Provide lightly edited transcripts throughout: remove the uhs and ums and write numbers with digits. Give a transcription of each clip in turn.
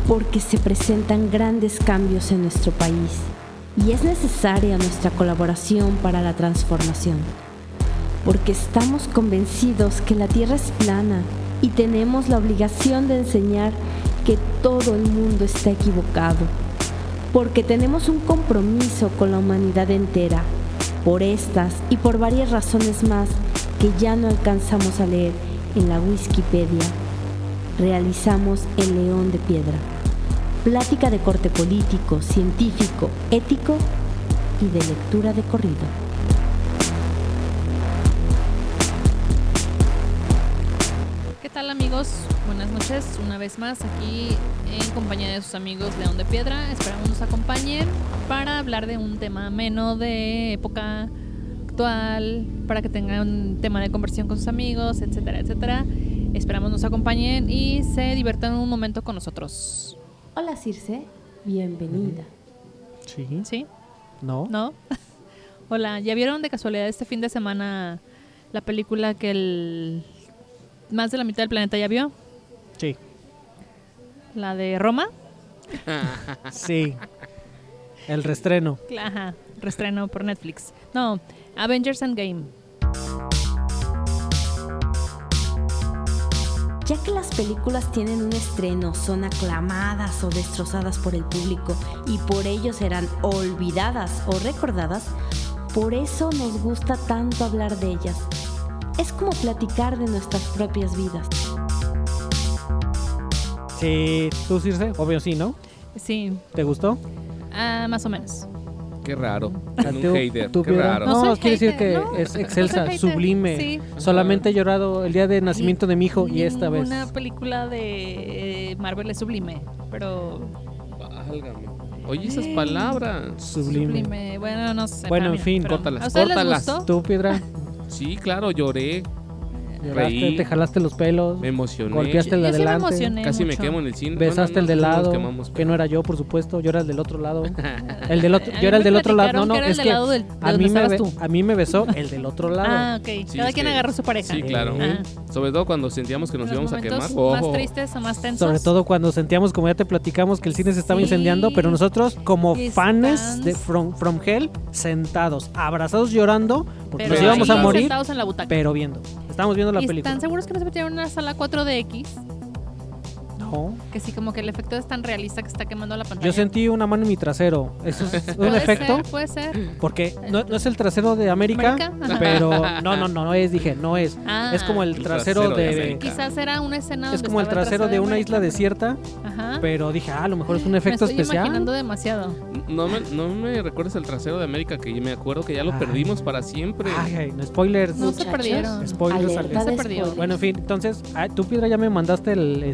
porque se presentan grandes cambios en nuestro país y es necesaria nuestra colaboración para la transformación, porque estamos convencidos que la Tierra es plana y tenemos la obligación de enseñar que todo el mundo está equivocado, porque tenemos un compromiso con la humanidad entera, por estas y por varias razones más que ya no alcanzamos a leer en la Wikipedia. Realizamos El León de Piedra, plática de corte político, científico, ético y de lectura de corrido. ¿Qué tal, amigos? Buenas noches, una vez más aquí en compañía de sus amigos León de Piedra. Esperamos nos acompañen para hablar de un tema ameno de época actual, para que tengan un tema de conversación con sus amigos, etcétera, etcétera. Esperamos nos acompañen y se diviertan un momento con nosotros. Hola Circe, bienvenida. Sí. ¿Sí? No. ¿No? Hola, ¿ya vieron de casualidad este fin de semana la película que más de la mitad del planeta ya vio? Sí. ¿La de Roma? Sí. El reestreno. Ajá, reestreno por Netflix. No, Avengers Endgame. Ya que las películas tienen un estreno, son aclamadas o destrozadas por el público y por ello serán olvidadas o recordadas, por eso nos gusta tanto hablar de ellas. Es como platicar de nuestras propias vidas. Sí, ¿tú, Circe? Obvio sí, ¿no? Sí. ¿Te gustó? Más o menos. Qué raro. ¿A Un tú- hater. tú, Qué Piedra? raro. No No, soy quiere decir hater, que no, es no excelsa, soy hater. sublime. Sí. Solamente he llorado el día de nacimiento de mi hijo y esta vez. Una película de Marvel es sublime, pero Válgame. Oye, esas palabras. Sublime. Bueno, no sé. Bueno, para en mí, fin. pero- Córtalas, ¿A ustedes les córtalas. gustó? ¿Tú, Piedra? Sí, claro, lloré, Lloraste, Reí. te jalaste los pelos, me emocioné. golpeaste el de Yo sí me adelante, emocioné Casi me mucho. quemo en el cine. besaste el de no nos lado, quemamos, que no era yo, por supuesto. Yo era el del otro lado. El del otro, A yo era mí el del me otro lado. No, platicaron no, que era el es del que lado de a donde mí, estabas tú. a mí me besó el del otro lado. Ah, ok. Sí, Cada es quien que- agarró su pareja. Sí, claro. Ah. Sobre todo cuando sentíamos que nos Los íbamos a quemar. momentos más Ojo. tristes o más tensos. Sobre todo cuando sentíamos, como ya te platicamos, que el cine se estaba Sí. incendiando, pero nosotros, como Y fans de stands. From Hell, sentados, abrazados, llorando, porque Pero nos íbamos a ahí morir, sentados en la butaca. pero viendo. Estábamos viendo la ¿Y película. están seguros que no se metieron en una sala 4DX? No. Que sí, como que el efecto es tan realista que está quemando la pantalla. Yo sentí una mano en mi trasero. ¿Eso es un Puede efecto? ser, puede ser. Porque no es el trasero de América, ¿América? Ajá. pero no es, dije, no es. Ah. Es como el El trasero trasero de de... América. Quizás era una escena Es donde como el estaba trasero de una América. isla desierta, Ajá. pero dije, a lo mejor es un efecto me estoy especial. imaginando demasiado. No me recuerdes el trasero de América, que me acuerdo que ya lo Ay. perdimos para siempre. Ay, no, spoilers. No se perdieron. Spoilers. Alerta Se de perdió. spoilers. Bueno, en fin, entonces, tú, Piedra, ya me mandaste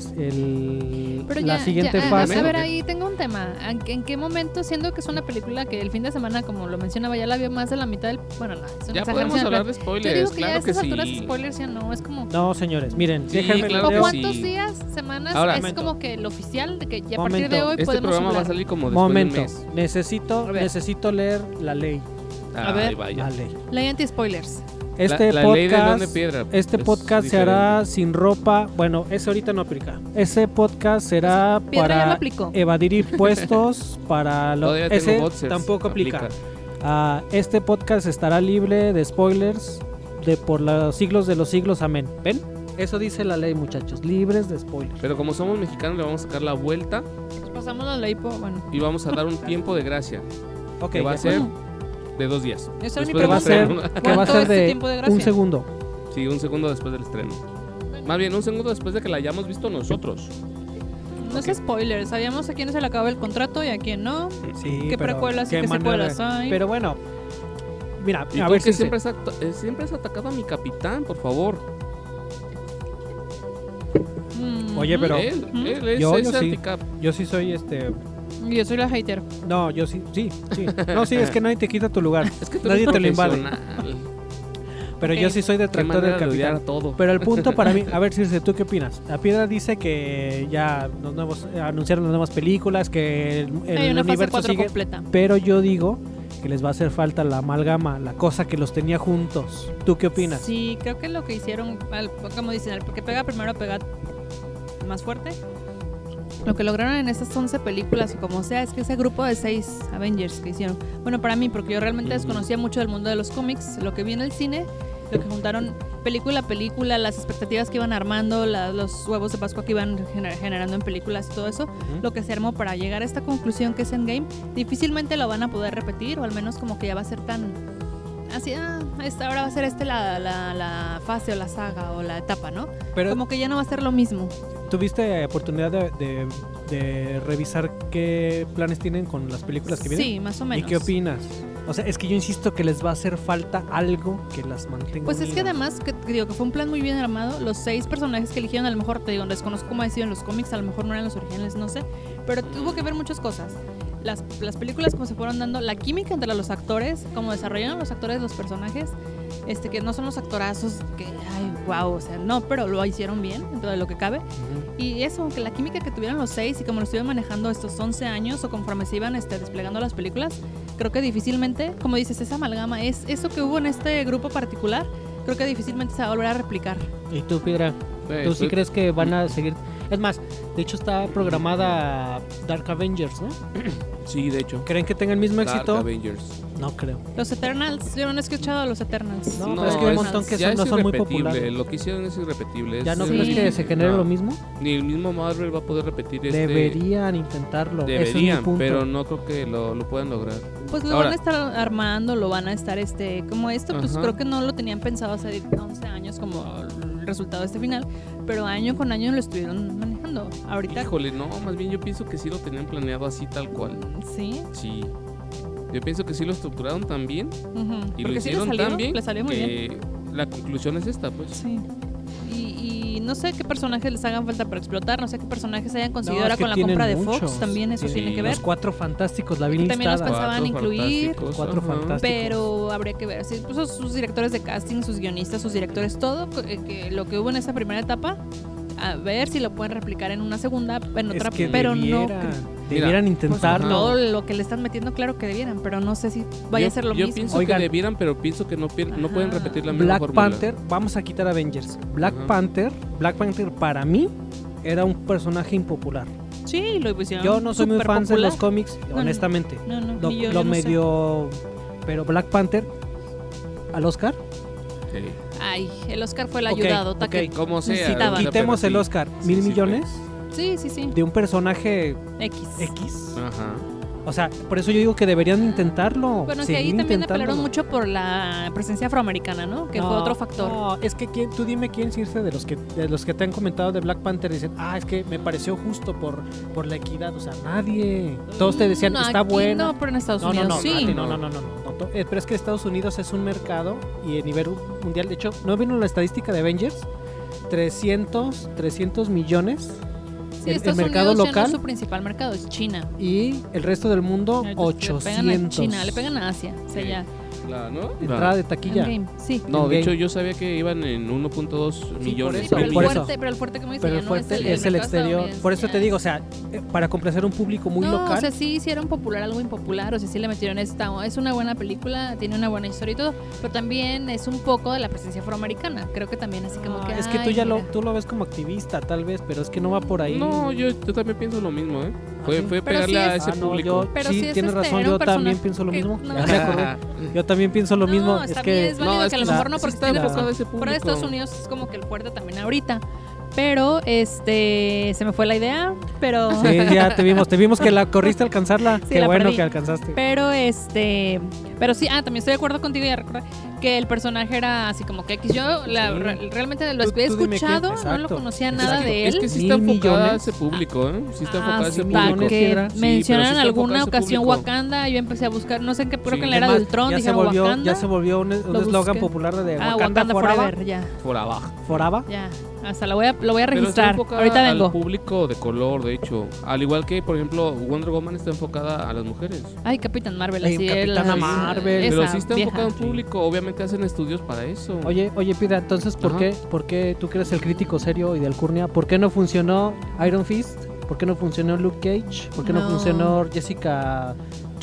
Pero la ya, siguiente ya, fase. A ver, ahí tengo un tema. ¿En qué momento, siendo que es una película que el fin de semana, como lo mencionaba, ya la vio más de la mitad del... Bueno, no, es una Ya exageración, podemos hablar pero de spoilers, Yo digo que ya a claro que estas alturas sí. spoilers ya no, es como... No, señores, miren, Sí, déjenme claro ¿O que cuántos sí. días, semanas Ahora, es momento. como que el oficial de que ya a Momento. partir de hoy Este podemos programa va a hablar? salir como después Momento, de un mes. necesito leer la ley. A ver. Ay, vaya. La ley. Ley anti-spoilers. Este La ley del León de podcast, Piedra este es podcast se hará sin ropa. Bueno, ese ahorita no aplica. Ese podcast será Piedra ya lo para aplicó. evadir impuestos, para lo Todavía tengo ese boxers, tampoco aplica. Este podcast estará libre de spoilers por los siglos de los siglos. Amén. ¿Ven? Eso dice la ley, muchachos, libres de spoilers. Pero como somos mexicanos, le vamos a sacar la vuelta Pasamos la ley por... Bueno, y vamos a dar un tiempo de gracia. Ok, que va a ya. ser de 2 días. esa es mi Después que va a del ser, estreno. que va a ¿Cuánto ser es tu de tiempo de gracia? un segundo. Sí, un segundo después del estreno. Más bien, un segundo después de que la hayamos visto nosotros. no es spoilers. Sabíamos a quién se le acaba el contrato y a quién no. Sí, ¿Qué pero precuelas y qué qué manera secuelas hay? Pero bueno, mira, Y a tú ver que si siempre has atacado a mi capitán, por favor. Oye, pero Él es yo ese sí. anticap. yo sí soy Yo soy la hater. No, yo sí. No, sí, es que nadie te quita tu lugar. Es que tú Nadie eres te lo invade. profesional. Pero Ok. yo sí soy Qué detractor manera del de odiar capitán. todo. Pero el punto para mí, a ver, Circe, ¿tú qué opinas? La Piedra dice que ya anunciaron las nuevas películas, que Hay el una fase universo 4 sigue. completa. Pero yo digo que les va a hacer falta la amalgama, la cosa que los tenía juntos. ¿Tú qué opinas? Sí, creo que lo que hicieron, como dicen, porque pega primero pega más fuerte. Lo que lograron en esas 11 películas, o como sea, es que ese grupo de 6 Avengers que hicieron, bueno, para mí, porque yo realmente desconocía mucho del mundo de los cómics, lo que vi en el cine, lo que juntaron película a película, las expectativas que iban armando, los huevos de Pascua que iban generando en películas y todo eso, lo que se armó para llegar a esta conclusión que es Endgame, difícilmente lo van a poder repetir, o al menos como que ya va a ser tan... Así, ahora va a ser la fase o la saga o la etapa, ¿no? Pero Como que ya no va a ser lo mismo. ¿tuviste oportunidad de revisar qué planes tienen con las películas que vienen? Sí, más o menos. ¿Y qué opinas? O sea, es que yo insisto que les va a hacer falta algo que las mantenga Pues es que unidas. además, que digo que fue un plan muy bien armado. Los 6 personajes que eligieron, a lo mejor, te digo, desconozco cómo ha sido en los cómics, a lo mejor no eran los originales, no sé. Pero tuvo que ver muchas cosas. Las películas como se fueron dando, la química entre los actores, como desarrollaron los actores los personajes, que no son los actorazos que, ay, wow, o sea, no, pero lo hicieron bien dentro de lo que cabe. Y eso, que la química que tuvieron los 6 y como lo estuvieron manejando estos 11 años o conforme se iban desplegando las películas, creo que difícilmente, como dices, esa amalgama, es eso que hubo en este grupo particular, creo que difícilmente se va a volver a replicar. ¿Y tú, Piedra? ¿Tú sí crees que van a seguir? Es más, de hecho está programada Dark Avengers, ¿no? Sí, de hecho. ¿Creen que tenga el mismo Dark éxito? Avengers. No creo. Los Eternals, yo no he escuchado a los Eternals. No, pero es que hay un montón que ya no es son muy irrepetible, populares. Lo que hicieron es irrepetible. ¿Ya no Sí. crees que se genere No. lo mismo? Ni el mismo Marvel va a poder repetir Deberían intentarlo. Ese es mi Deberían, punto. pero no creo que lo puedan lograr. Pues lo Ahora- van a estar armando, lo van a estar, como esto, pues Ajá. creo que no lo tenían pensado hace 11 años como el resultado de este final, pero año con año lo estuvieron manejando. Ahorita, Híjole, no, más bien yo pienso que sí lo tenían planeado así tal cual. sí, Sí. Yo pienso que sí lo estructuraron tan bien ujú, y porque lo sí le hicieron salió, tan bien le salió muy bien. que la conclusión es esta, pues. Sí. Y no sé qué personajes les hagan falta para explotar, no sé qué personajes hayan conseguido No, es ahora que con la tienen compra de muchos. Fox, también eso Tienen tiene que ver. Los Cuatro Fantásticos, la vi Y también los listada. pensaban Cuatro incluir, fantásticos, Cuatro ajá. fantásticos. pero habría que ver, sí, pues sus directores de casting, sus guionistas, sus directores, todo que lo que hubo en esa primera etapa, a ver si lo pueden replicar en una segunda, en otra, Es que pero no debieran pues, intentarlo. todo lo que le están metiendo, claro que debieran, pero no sé si vaya a ser lo Yo mismo. pienso Oigan. que debieran, pero pienso que no pueden Ajá. repetir la misma Black fórmula. Panther, vamos a quitar Avengers. Black Ajá. Panther para mí era un personaje impopular. Sí, lo hicieron. Yo no soy muy súper fan de popular. los cómics, No, honestamente. No, no, Lo, ni yo lo no sé. medio... Pero Black Panther, ¿al Oscar? Sí. Ay, el Oscar fue el Ok, ayudado. ok. Como sea. Necesitaban. o sea, Quitemos pero el sí. Oscar. Sí, ¿1,000 sí, millones? Sí, sí, sí. De un personaje X. X. Ajá. O sea, por eso yo digo que deberían intentarlo. Bueno, que ahí seguir también intentándolo. apelaron mucho por la presencia afroamericana, ¿no? Que fue No, otro factor. No, es que tú dime quién irse de los que te han comentado de Black Panther y dicen, es que me pareció justo por la equidad. O sea, nadie. Todos te decían, No, está aquí bueno. No, pero en Estados No, Unidos no, sí. Nati, no. Pero es que Estados Unidos es un mercado y a nivel mundial, de hecho, ¿no vino la estadística de Avengers? 300 millones Sí, el Estados mercado Unidos ya no local es su principal mercado, es China. y el resto del mundo Ahorita le pegan a 800. China, le pegan a Asia. O sea, Sí. ya. ¿No? Entrada de taquilla. Endgame, sí. No, de Endgame. hecho yo sabía que iban en 1.2 millones. Sí, eso, pero el, por fuerte, eso. pero el fuerte, como dice, Pero ya el no fuerte es el mercado exterior. estadounidense, Por eso ya te digo, o es- sea, para complacer a un público muy no, local. o sea, sí hicieron popular algo impopular, o sea, sí le metieron esta, es una buena película, tiene una buena historia y todo, pero también es un poco de la presencia afroamericana, creo que también así como que... Es que ay, mira. tú lo ves como activista, tal vez, pero es que no va por ahí. No, yo también pienso lo mismo, ¿eh? Fue Pero pegarle sí a es- ese No, público. yo, Pero sí, sí es tienes razón, era yo un personaje también pienso lo que mismo. no- Ya me acordé. Yo también pienso lo mismo. No, Es está que bien, es válido No, es que a que lo mejor la- no sí porque está esté enfocado a ese fuera de público. Estados Unidos es como que el fuerte también ahorita. Pero se me fue la idea, pero sí, ya te vimos que la corriste a alcanzarla. Sí, Qué la bueno perdí. que alcanzaste. pero sí, también estoy de acuerdo contigo, ya recordé que el personaje era así como que X. Yo realmente lo Tú había dime quién, escuchado, no lo exacto. conocía Es nada que- de Es él. que sí está 1,000 enfocada a millones. ese público, ¿eh? Sí está enfocada a ese sí, Para millones, público. que Piedra. Sí, mencionaran pero sí está enfocada alguna a ese ocasión público. Wakanda, yo empecé a buscar, no sé en qué, creo Sí, que en la era además, del Ultron, ya dije se volvió, Wakanda. ya se volvió un Lo eslogan busqué. popular de Wakanda Forever. Forever, ya, Por abajo. Foraba. ya. Hasta lo voy a Pero está registrar. enfocada Ahorita al vengo. público de color, de hecho. Al igual que, por ejemplo, Wonder Woman está enfocada a las mujeres. Ay, Capitán Marvel, Ay, así Capitana él, Marvel. esa Pero sí está vieja. enfocado a un público. Obviamente hacen estudios para eso. Oye, Pida, entonces, Ajá. ¿por qué tú que eres el crítico serio y de Alcurnia? ¿Por qué no funcionó Iron Fist? ¿Por qué no funcionó Luke Cage? ¿Por qué no No. funcionó Jessica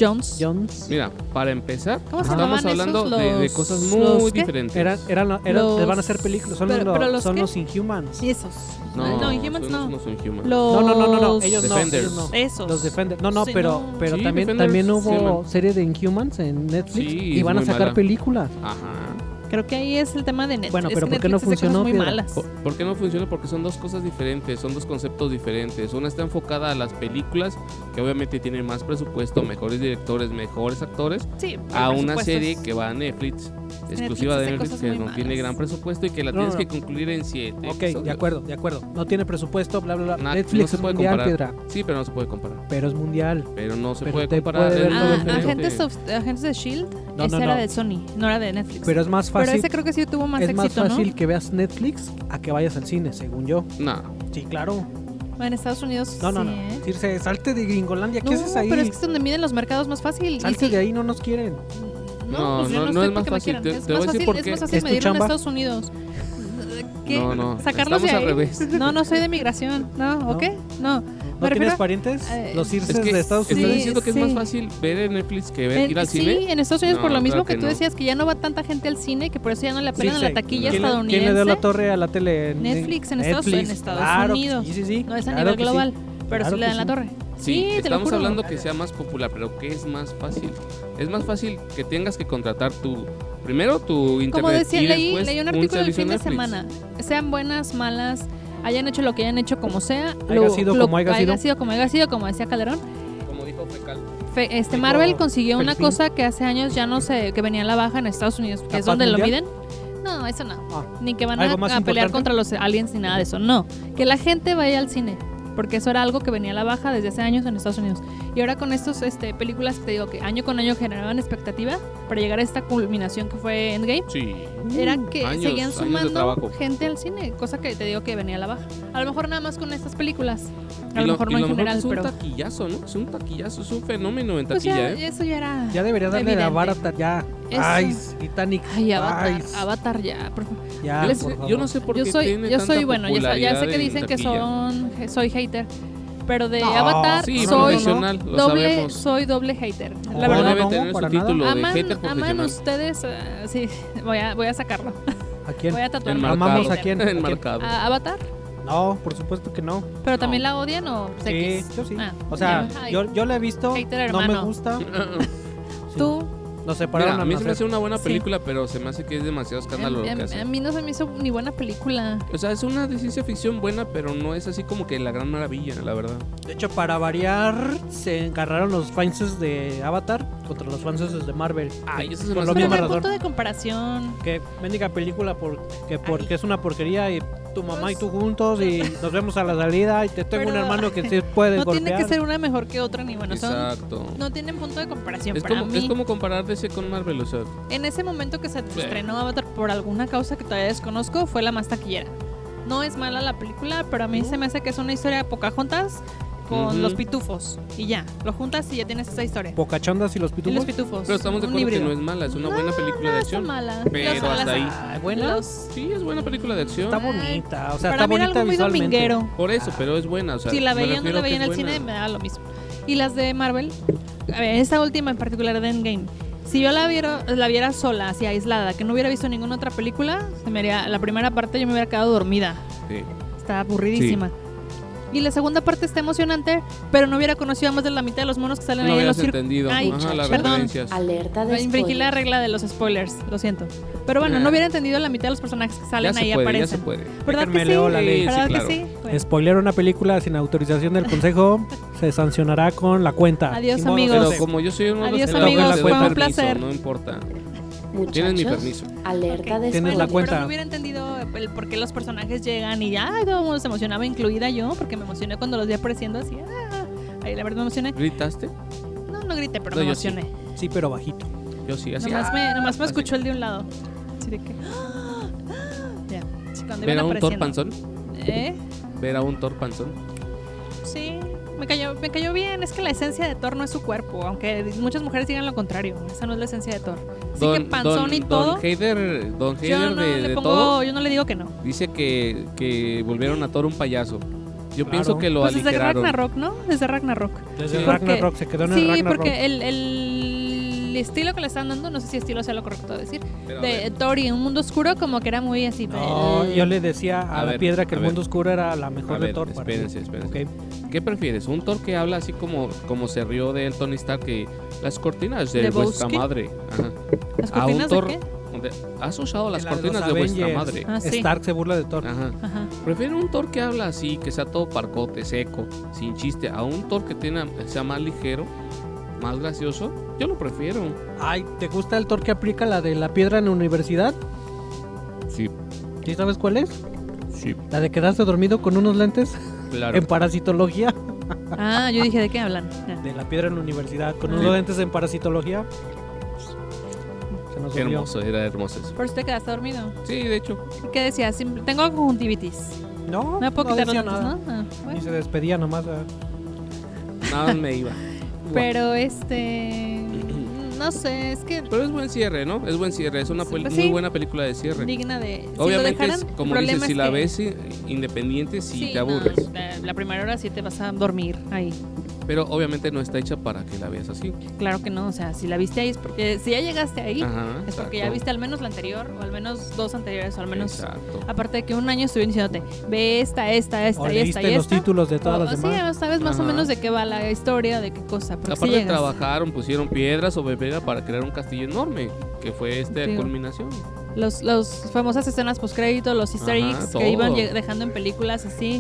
Jones. Mira, para empezar, ¿Cómo se estamos llamaban hablando esos? de Los- cosas ¿los muy qué? diferentes. Les van a hacer películas. Son pero los ¿los qué? Inhumans. Y esos. No, Inhumans esos no. no son Humans. No. Ellos Defenders. no. Esos. Los Defenders. No, Sí, pero no. pero Sí, también Defenders, hubo Human. serie de Inhumans en Netflix Sí, y es van a muy sacar mala. películas. Ajá. Creo que ahí es el tema de Netflix. Bueno, Es pero que ¿por qué no Netflix hace cosas funcionó, muy Piedra? malas. ¿Por qué no funciona? Porque son dos cosas diferentes, son dos conceptos diferentes. Una está enfocada a las películas, que obviamente tienen más presupuesto, mejores directores, mejores actores, Sí, a el una presupuesto serie es- que va a Netflix, exclusiva Netflix de hace Netflix, cosas que muy no tiene malas. gran presupuesto y que la No, tienes no. que concluir en 7. Ok, de acuerdo. No tiene presupuesto, bla, bla, bla. No Netflix se es puede mundial, comparar. Piedra. Sí, pero no se puede comparar. Pero es mundial. Pero no se Pero puede te comparar. puede ver es todo el diferente. Agentes de S.H.I.E.L.D. No, esa no, era no. de Sony, no era de Netflix. Pero es más Pero fácil. ese creo que sí tuvo más Es más éxito, fácil ¿no? que veas Netflix a que vayas al cine, según yo. No. Sí, claro. Bueno, en Estados Unidos No. sí, ¿eh? Circe, salte de Gringolandia. ¿Qué No, haces ahí? pero es que es donde miden los mercados más fácil. Salte de ahí, no nos quieren. No, pues yo no, no, no estoy es más porque me fácil. quieran. Te Es voy a más decir fácil, por es qué. más fácil ¿Es tu medirlo en chamba? Estados Unidos. ¿Qué? No, Sacarlos estamos de al ahí. revés. No soy de migración. ¿No? No. ¿O qué? No. ¿No Me tienes refiero- parientes? Los Circes Es que de Estados sí, estás Unidos. diciendo que es sí. más fácil ver en Netflix que ir al sí, cine. en Estados Unidos por No, lo mismo claro que que tú no. decías que ya no va tanta gente al cine, que por eso ya no le apelan a Circe, la taquilla ¿quién le estadounidense. dio la torre a la tele? Netflix en Estados Claro, Unidos. Sí. No es a claro nivel que sí. global, pero Claro sí le que dan la sí. torre. Sí, Sí, te lo estamos juro. hablando que sea más popular, pero ¿qué es más fácil? Es más fácil que tengas que contratar primero tu internet Como decía, y leí después un artículo el servicio fin de Netflix. semana. Sean buenas, malas, hayan hecho lo que hayan hecho, como sea. Haya sido como haya sido. como haya sido, como decía Calderón. Como dijo Fecal. Este Marvel consiguió una Delfín. cosa que hace años ya no sé, que venía a la baja en Estados Unidos, que ¿La es paz donde lo mundial? miden. No, eso no. Ah, Ni que van ¿algo más a pelear importante? contra los aliens ni nada de eso. No. Que la gente vaya al cine. Porque eso era algo que venía a la baja desde hace años en Estados Unidos. Y ahora con estos películas que te digo que año con año generaban expectativa para llegar a esta culminación que fue Endgame, Sí. era que años seguían de sumando trabajo. gente al cine, cosa que te digo que venía a la baja. A lo mejor nada más con estas películas. A Y lo mejor no en general, es un pero taquillazo, ¿no? Es un taquillazo, es un fenómeno en pues taquilla, ya, eso ya era Ya debería darle evidente. la vara ya. Eso. Ay, Titanic. Ay, Avatar, Ay, Avatar ya, por favor. ya, Yo, por sé- favor. yo no sé por Yo qué soy, tiene yo tanta soy bueno, ya sé popularidad que en dicen que taquilla. soy hater, pero de No, Avatar Sí, soy profesional, lo sabemos. soy doble hater. No, La No verdad, debe no, tener su para nada. título de aman, hater aman profesional. ustedes, sí, voy a sacarlo. ¿A quién? Voy a tatuarme. Enmarcado. ¿Amamos a quién? ¿A quién? Enmarcado. ¿A Avatar? No, por supuesto que no. ¿Pero No. también la odian o Sí, X? yo sí. Ah, O sea, ay, yo la he visto, Hater no me hermano. gusta. Sí. tú, Nos Mira, separaron a mí al se me hace nacer. una buena Sí. película, pero se me hace que es demasiado escándalo lo que hace. a mí no se me hizo ni buena película. O sea, es una de ciencia ficción buena, pero no es así como que la gran maravilla, la verdad. De hecho, para variar, se encargaron los fans de Avatar contra los fans de Marvel. Ay, eso se Por me lo hace Pero mismo no hay razón. punto de comparación. Que mendiga película porque Ay. es una porquería y tu mamá Pues- y tú juntos y nos vemos a la salida y te tengo un Pero- hermano que se puede No golpear. tiene que ser una mejor que otra, ni bueno, son, Exacto. no tienen punto de comparación Es para como, mí. es como comparar DC con Marvel, o sea. En ese momento que se estrenó Avatar por alguna causa que todavía desconozco, fue la más taquillera. No es mala la película, pero a mí se me hace que es una historia de Pocahontas con Ujú. los pitufos. Y ya, lo juntas y ya tienes esa historia. Pocachondas y los Y pitufos. los pitufos. Pero estamos de un acuerdo que híbrido. no es mala, es una buena película de No, acción. está mala. Pero Las- hasta las- ahí. Ah, buena. los- Sí, es buena película de acción. Está bonita, o sea, para está mí era bonita algo muy visualmente. dominguero. Por eso, pero es buena, o sea. Si la me veía o no refiero la a que veía en es el cine, buena. me daba lo mismo. Y las de Marvel, a ver, esta última en particular de Endgame, si yo la viera sola, así aislada, que no hubiera visto ninguna otra película, la primera parte yo me hubiera quedado dormida. Sí. Está aburridísima. Y la segunda parte está emocionante, pero no hubiera conocido a más de la mitad de los monos que salen No ahí en habías los circos. entendido. Ay, Ajá, las perdón. referencias. Alerta de Infringí la spoilers. regla de los spoilers, lo siento. Pero bueno, no hubiera entendido la mitad de los personajes que salen Ya ahí se puede, ya aparecen. se puede. ¿Verdad Déjenme que leo sí? la ley. ¿Verdad Sí, que claro. sí? Bueno. Spoiler una película sin autorización del consejo se sancionará con la cuenta. Adiós, Ni modo, amigos. Pero se- como yo soy uno de los Adiós, que amigos, te doy fue un permiso, placer. No importa. Muchachos, Tienes mi permiso. alerta de Tienes la spoilers. cuenta. Pero no hubiera entendido el por qué los personajes llegan y ya, ay, todo el mundo se emocionaba, incluida yo, porque me emocioné cuando los vi apareciendo así. Ahí la verdad me emocioné. ¿Gritaste? No grité, pero No, me yo sí. emocioné. Sí, pero bajito. Yo sí, así. Nomás me así. escuchó el de un lado. Así de que. Ya. Sí, cuando ¿Ver iban a un Thor apareciendo. panzón? ¿Eh? ¿Ver a un Thor panzón? Sí, me cayó bien. Es que la esencia de Thor no es su cuerpo, aunque muchas mujeres digan lo contrario. Esa no es la esencia de Thor. Sí que panzón y todo. Don Heider Yo no de le todo pongo, yo no le digo que no. dice que volvieron a Thor un payaso. Yo pienso que lo Pues desde aligeraron. Ragnarok, ¿no? Desde Ragnarok. Desde Sí. Ragnarok, se quedó en el Sí, Ragnarok. porque el estilo que le están dando, no sé si estilo sea lo correcto decir, Pero a de ver, Thor y un mundo oscuro, como que era muy así. No, yo le decía a, A la ver, piedra que a el ver. mundo oscuro era la a mejor de ver, Thor. para mí. espérense. Ok. ¿Qué prefieres? ¿Un Thor que habla así como se rió de él Tony Stark, que las cortinas de vuestra Lebowski? madre? Ajá. ¿Las A un cortinas de Thor. qué? ¿Has usado las En la de cortinas los de vuestra Avengers, madre? Ah, sí. Stark se burla de Thor. Ajá. Ajá. Prefiero un Thor que habla así, que sea todo parcote, seco, sin chiste, a un Thor que sea más ligero, más gracioso. Yo lo prefiero. Ay, ¿te gusta el Thor que aplica la de la piedra en la universidad? Sí, ¿Sí sabes cuál es? sí, La de quedarse dormido con unos lentes claro. en parasitología. Ah, yo dije, ¿de qué hablan? Ya. De la piedra en la universidad con Ah. unos lentes en parasitología. Se nos Qué olvidó. hermoso, era hermoso eso. Por si te quedaste dormido. Sí, de hecho. ¿Qué decías? Tengo conjuntivitis. No, No me puedo quitar los decía lentes, nada. ¿no? Ah, Y bueno. se despedía nomás. Pero Nada me iba. no sé, es que Pero es buen cierre, ¿no? Es buen cierre. Es una Pues muy sí. buena película de cierre. digna de... si lo Obviamente, dejaran, como el dices, problema si es la que- ves independiente, sí, te no, aburres. la primera hora sí te vas a dormir ahí. Pero obviamente no está hecha para que la veas así. Claro que no, o sea, si la viste ahí es porque... Si ya llegaste ahí, Ajá, es porque ya exacto. viste al menos la anterior, o al menos dos anteriores, o al menos... Exacto. Aparte de que un año estuvieron diciéndote, ve esta O y esta leíste y los esta. títulos de todas O- las sí, demás. sabes más o Ajá. menos de qué va la historia, de qué cosa. Porque si Aparte llegas. trabajaron, pusieron piedra sobre piedra para crear un castillo enorme, que fue Digo, culminación. Los famosas escenas postcrédito, los easter Ajá, eggs todo. que iban dejando en películas así.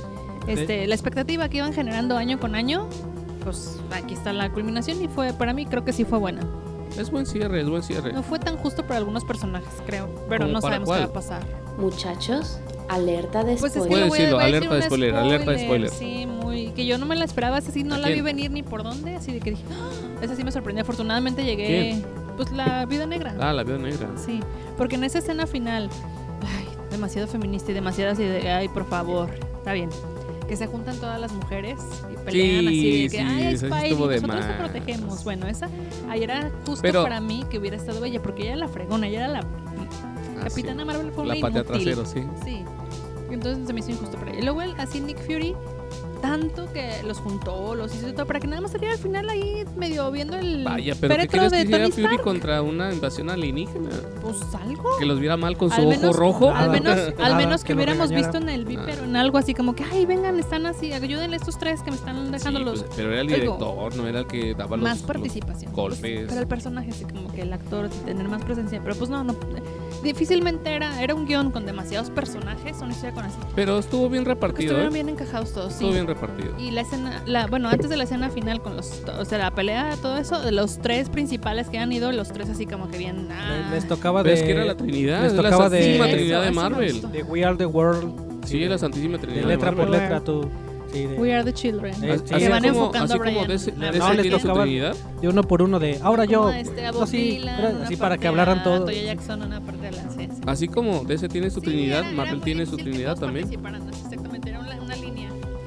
La expectativa que iban generando año con año, pues aquí está la culminación y fue, para mí creo que sí fue buena. Es buen cierre, es buen cierre. No fue tan justo para algunos personajes, creo, pero ¿Cómo no para sabemos cuál? qué va a pasar. Muchachos, alerta de Pues es que spoiler. lo Puedes decirlo, voy a alerta de decir un spoiler, alerta de spoiler. Sí, que yo no me la esperaba, esa sí no ¿A la vi quién? venir ni por dónde, así de que dije, ¡ah! Esa sí me sorprendió. Afortunadamente llegué, pues la Viuda Negra. Ah, la Viuda Negra. Sí, porque en esa escena final, ay, demasiado feminista y demasiado así de, ay, por favor, está bien. Que se juntan todas las mujeres y pelean Sí, así de que, sí, ay, esa sí Spidey, estuvo de nosotros te más. protegemos. Bueno, esa ahí era justo Pero- para mí que hubiera estado bella, porque ella era la fregona, ella era la Ah, sí. Capitana Marvel, fue La una patea inútil. trasero, sí. Sí. Entonces se me hizo injusto para ella. Y luego así Nick Fury, tanto que los juntó, los hizo y todo, para que nada más saliera al final ahí medio viendo el Vaya, pero ¿qué féretro quieres que de hiciera Tony Fury Stark. contra una invasión alienígena? Pues algo. Que los viera mal con su Al ojo menos- rojo. Al menos, Nada, al menos que que lo hubiéramos regañara. visto en el Viper Ah. en algo así como que, ay, vengan, están así, ayúdenle a estos tres que me están dejando Sí, los... pues, pero era el Algo. director, no era el que daba los, más los participación. golpes. Pues, pero el personaje, así como que el actor, sí, tener más presencia. Pero pues no. Difícilmente era un guión con demasiados personajes, una historia con así. Pero estuvo bien Porque repartido. estuvieron ¿eh? bien encajados todos, sí. Estuvo bien repartido. Y la escena, bueno, antes de la escena final con o sea, la pelea, todo eso, de los tres principales que han ido, los tres así como que bien, Les tocaba Pero de. es que era la Trinidad, les es la tocaba de- Santísima Sí, Trinidad de eso me Marvel. gustó. de We Are the World. Sí, la Santísima Trinidad De letra por Marvel. letra, tú. Sí, de, We are the children. Sí, Así que van como, enfocando así a como Brian. de ese, La de ese No, les tiene su tocaba- Trinidad. de uno por uno de. Ahora yo. A Bob No, sí, Dylan, así una para que parte hablaran a todos. Toya Jackson, una parte de la sí. Así como de ese tiene su Trinidad, era Marvel muy tiene su difícil que Trinidad todos también. participaran, así, exactamente, era una línea.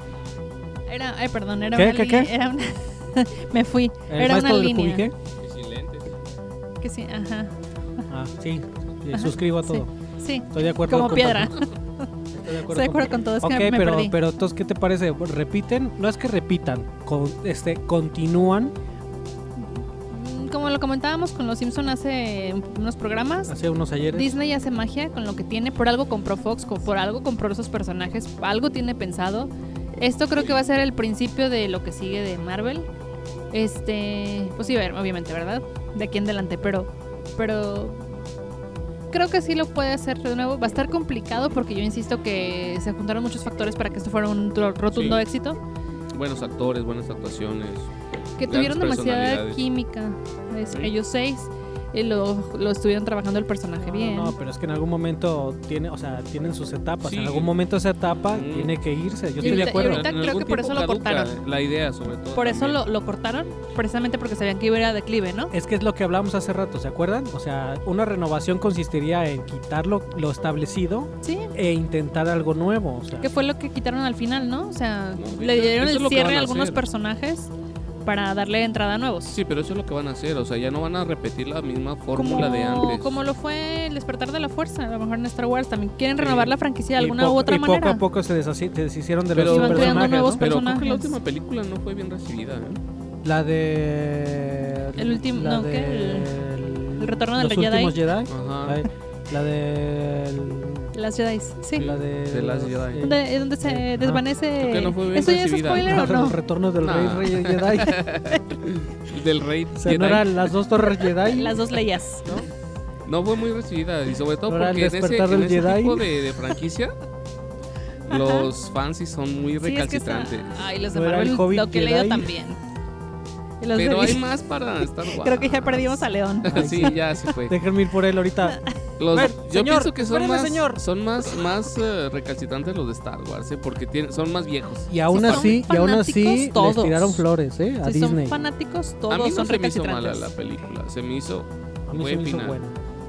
Perdón, era ¿Qué, una qué, línea. qué? Era una. Me fui. El Era una maestro del línea. cubique. Y sin lentes. Que sí, ajá. Ah, sí. Ajá, Suscribo a sí. todo. Sí, Estoy de acuerdo como con piedra. Estoy de Estoy de acuerdo con todo, es Ok, que me perdí. pero entonces, ¿qué te parece? ¿Repiten? No es que repitan, continúan Como lo comentábamos con los Simpson hace unos programas, hace unos ayeres. Disney hace magia con lo que tiene. Por algo compró Fox, por algo compró esos personajes, algo tiene pensado. Esto creo que va a ser el principio de lo que sigue de Marvel. Pues sí, obviamente, ¿verdad? De aquí en adelante, pero creo que sí lo puede hacer de nuevo. Va a estar complicado porque yo insisto que se juntaron muchos factores para que esto fuera un rotundo Sí. éxito. Buenos actores, buenas actuaciones. Que Grandes tuvieron demasiada personalidades. química. Sí. Ellos 6 y lo estuvieron trabajando el personaje bien. No, pero es que en algún momento tienen sus etapas. Sí. En algún momento esa etapa Mm. tiene que irse. Yo Y estoy de ahorita- acuerdo. ahorita En creo algún que por tiempo eso lo caduca cortaron. La idea, sobre todo. Por eso también. lo cortaron, precisamente porque sabían que iba a ir a declive, ¿no? Es que es lo que hablamos hace rato, ¿se acuerdan? O sea, una renovación consistiría en quitar lo establecido Sí. e intentar algo nuevo. O sea, Que fue lo que quitaron al final, ¿no? O sea, No, le dieron eso es el lo que cierre van a a algunos hacer. personajes para darle entrada a nuevos. Sí, pero eso es lo que van a hacer. O sea, ya no van a repetir la misma fórmula de antes. Como lo fue el Despertar de la Fuerza, a lo mejor en Star Wars también quieren renovar la franquicia de alguna u otra manera. Y poco a poco se deshicieron de Pero los iban creando personajes, nuevos ¿no? Pero creo que personajes. la última película no fue bien recibida, ¿eh? La de... El último, la no, ¿qué? de... El retorno de los los Jedi. últimos Jedi. Ajá. Ay, la de... Las Jedi, sí. La de Last Jedi. Donde se Ajá. desvanece. Creo que no fue bien ¿Eso ya es recibida. spoiler o no? Los retornos del No. Rey Jedi. Del Rey O sea, Jedi. no eran las dos torres Jedi. Las dos Leias. No fue muy recibida. Y sobre todo ¿No era el porque en ese Despertar del Jedi? tipo de franquicia, los fans sí son muy Sí, es que está. recalcitrantes. Ay, los de ¿No era el Marvel, Hobbit lo que he leído Jedi? también. Y los Pero de hay más para Star Wars. Creo que ya perdimos a León. Sí, ya se fue. Déjenme ir por él ahorita. Los- Ver, yo señor, pienso que son espéreme, más, señor. son más recalcitrantes los de Star Wars, porque son más viejos. Y aún Sí, son así, fanáticos les todos. tiraron flores, a Si Disney. son fanáticos, A todos mí no son se me hizo mala recalcitrantes. la película, se me hizo A mí se buen me hizo final. buena.